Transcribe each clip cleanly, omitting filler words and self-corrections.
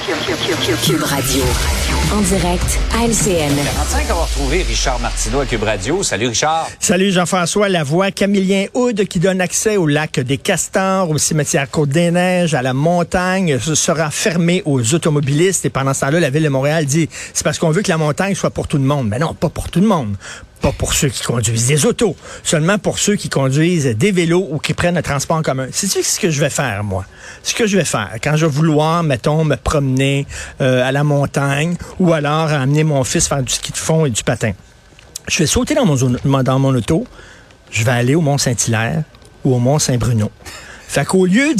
Cube Radio. En direct à LCN. 45, on va retrouver Richard Martineau à Cube Radio. Salut Richard. Salut Jean-François Lavoie. Camillien Houde qui donne accès au lac des Castors, au cimetière Côte-des-Neiges, à la montagne, sera fermé aux automobilistes. Et pendant ce temps-là, la Ville de Montréal dit, c'est parce qu'on veut que la montagne soit pour tout le monde. Mais non, pas pour tout le monde. Pas pour ceux qui conduisent des autos, seulement pour ceux qui conduisent des vélos ou qui prennent le transport en commun. Sais-tu ce que je vais faire, moi? Ce que je vais faire, quand je vais vouloir, mettons, me promener à la montagne ou alors amener mon fils faire du ski de fond et du patin, je vais sauter dans mon auto, je vais aller au Mont-Saint-Hilaire ou au Mont-Saint-Bruno. Fait qu'au lieu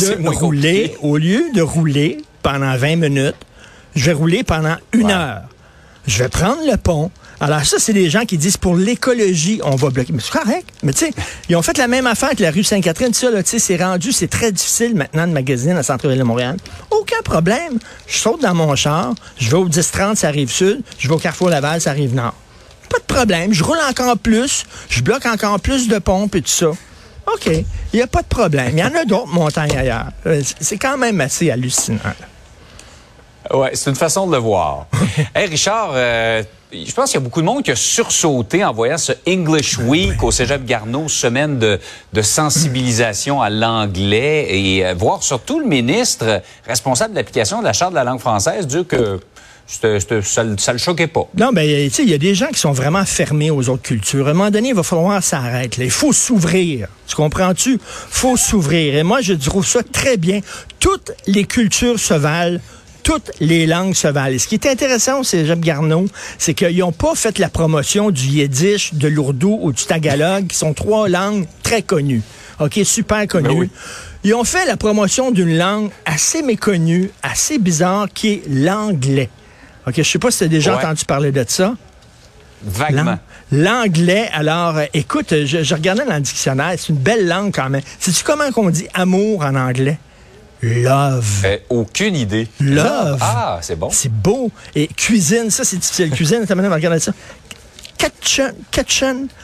de rouler pendant 20 minutes, je vais rouler pendant une heure. Je vais prendre le pont. Alors ça, c'est des gens qui disent pour l'écologie, on va bloquer. Mais c'est correct. Mais tu sais, ils ont fait la même affaire que la rue Sainte-Catherine. Ça, là, tu sais, c'est très difficile maintenant de magasiner à Centre-Ville de Montréal. Aucun problème. Je saute dans mon char, je vais au 10-30, ça arrive sud, je vais au Carrefour Laval, ça arrive nord. Pas de problème. Je roule encore plus, je bloque encore plus de pompes et tout ça. OK. Il n'y a pas de problème. Il y en a d'autres montagnes ailleurs. C'est quand même assez hallucinant. Ouais, c'est une façon de le voir. Hey Richard, je pense qu'il y a beaucoup de monde qui a sursauté en voyant ce English Week au Cégep Garneau, semaine de sensibilisation à l'anglais, et voir surtout le ministre responsable de l'application de la Charte de la langue française dire que ça le choquait pas. Non, ben, tu sais, il y a des gens qui sont vraiment fermés aux autres cultures. À un moment donné, il va falloir s'arrêter. Il faut s'ouvrir. Tu comprends-tu? Faut s'ouvrir. Et moi, je trouve ça très bien. Toutes les cultures se valent. Toutes les langues se valent. Et ce qui est intéressant au Cégep Garneau, c'est qu'ils n'ont pas fait la promotion du yiddish, de l'ourdou ou du tagalog, qui sont trois langues très connues. OK, super connues. Ben oui. Ils ont fait la promotion d'une langue assez méconnue, assez bizarre, qui est l'anglais. OK, je sais pas si tu as déjà entendu parler de ça. Vaguement. L'anglais, alors, écoute, je regardais dans le dictionnaire, c'est une belle langue quand même. Sais-tu comment on dit amour en anglais? Love. Aucune idée. Love. Ah, c'est bon. C'est beau. Et cuisine, ça, c'est difficile. Cuisine, t'as maintenant regarder ça. Kitchen.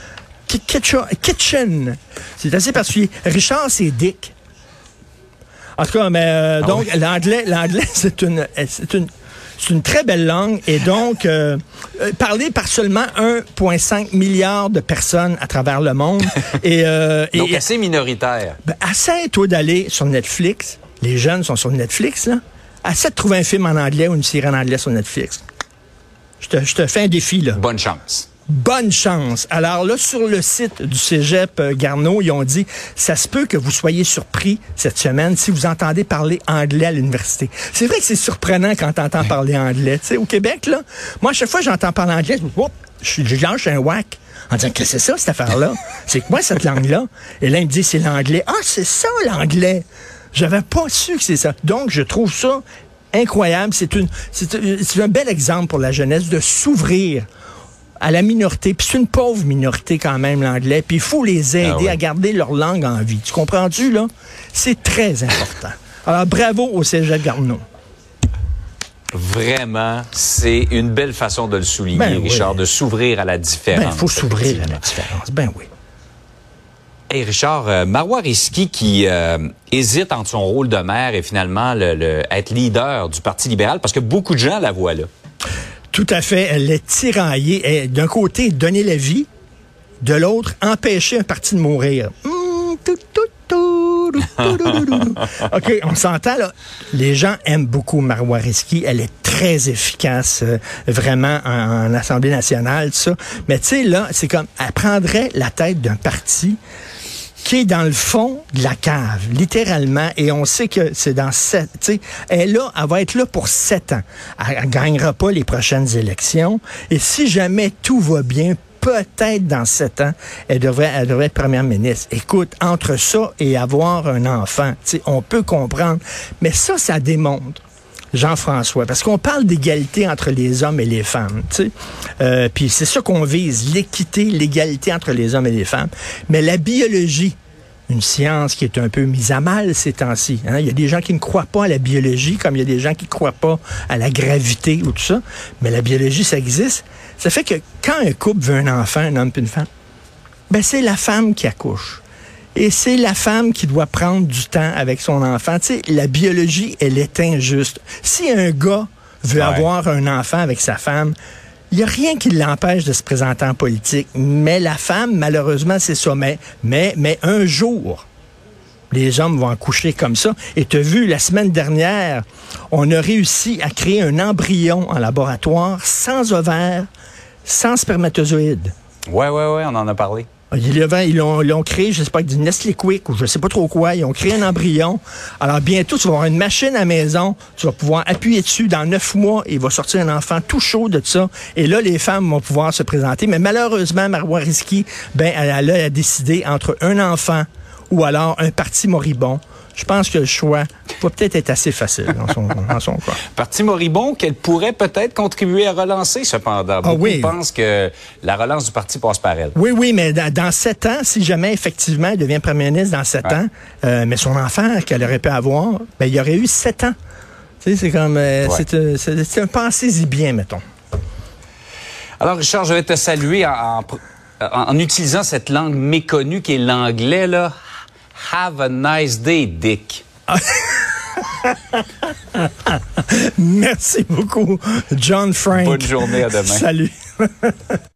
C'est assez particulier. Richard, c'est Dick. En tout cas, mais donc, l'anglais, c'est une très belle langue et donc parlée par seulement 1,5 milliard de personnes à travers le monde. Donc assez minoritaire. Ben, essaie, toi, d'aller sur Netflix. Les jeunes sont sur Netflix, là. Essaie de trouver un film en anglais ou une série en anglais sur Netflix. Je te fais un défi, là. Bonne chance. Bonne chance. Alors là, sur le site du Cégep Garneau, ils ont dit, ça se peut que vous soyez surpris cette semaine si vous entendez parler anglais à l'université. C'est vrai que c'est surprenant quand t'entends parler anglais. Tu sais, au Québec, là, moi, à chaque fois que j'entends parler anglais, je lâche un whack en disant, qu'est-ce que c'est ça, cette affaire-là? C'est quoi cette langue-là? Et là, il me dit, c'est l'anglais. Ah, c'est ça, l'anglais! J'avais pas su que c'est ça. Donc, je trouve ça incroyable. C'est un bel exemple pour la jeunesse de s'ouvrir à la minorité. Puis c'est une pauvre minorité quand même, l'anglais. Puis il faut les aider à garder leur langue en vie. Tu comprends-tu, là? C'est très important. Alors, bravo au Cégep Garneau. Vraiment, c'est une belle façon de le souligner, Richard, de s'ouvrir à la différence. Il faut s'ouvrir à la différence. Ben oui. Hey Richard, Marois Risky qui hésite entre son rôle de maire et finalement être leader du Parti libéral, parce que beaucoup de gens la voient là. Tout à fait. Elle est tiraillée. D'un côté, donner la vie. De l'autre, empêcher un parti de mourir. OK, on s'entend, là. Les gens aiment beaucoup Marois Risky. Elle est très efficace, vraiment, en Assemblée nationale, tout ça. Mais tu sais, là, c'est comme, elle prendrait la tête d'un parti qui est dans le fond de la cave, littéralement, et on sait que c'est dans 7, tu sais, elle va être là pour 7 ans. Elle gagnera pas les prochaines élections, et si jamais tout va bien, peut-être dans 7 ans, elle devrait être première ministre. Écoute, entre ça et avoir un enfant, tu sais, on peut comprendre, mais ça démontre, Jean-François, parce qu'on parle d'égalité entre les hommes et les femmes, tu sais. Puis c'est ça qu'on vise, l'équité, l'égalité entre les hommes et les femmes. Mais la biologie, une science qui est un peu mise à mal ces temps-ci. Hein? Il y a des gens qui ne croient pas à la biologie, comme il y a des gens qui ne croient pas à la gravité ou tout ça. Mais la biologie, ça existe. Ça fait que quand un couple veut un enfant, un homme et une femme, ben c'est la femme qui accouche. Et c'est la femme qui doit prendre du temps avec son enfant. Tu sais, la biologie, elle est injuste. Si un gars veut avoir un enfant avec sa femme, il n'y a rien qui l'empêche de se présenter en politique. Mais la femme, malheureusement, c'est ça. Mais un jour, les hommes vont accoucher comme ça. Et tu as vu, la semaine dernière, on a réussi à créer un embryon en laboratoire sans ovaire, sans spermatozoïde. Ouais, on en a parlé. Ils l'ont créé, je sais pas, avec du Nestlé Quick ou je sais pas trop quoi. Ils ont créé un embryon. Alors, bientôt, tu vas avoir une machine à la maison. Tu vas pouvoir appuyer dessus. Dans 9 mois, il va sortir un enfant tout chaud de ça. Et là, les femmes vont pouvoir se présenter. Mais malheureusement, Marois Risky, elle a décidé entre un enfant ou alors un parti moribond. Je pense que le choix va peut-être être assez facile dans son cas. Parti moribond qu'elle pourrait peut-être contribuer à relancer, cependant. Beaucoup pensent que la relance du parti passe par elle. Oui, mais dans 7 ans, si jamais, effectivement, elle devient premier ministre dans 7 ans, mais son enfant qu'elle aurait pu avoir, il y aurait eu 7 ans. Tu sais, c'est comme... c'est un pensez-y bien, mettons. Alors, Richard, je vais te saluer en utilisant cette langue méconnue qui est l'anglais, là. Have a nice day, Dick. Merci beaucoup, John Frank. Bonne journée, à demain. Salut.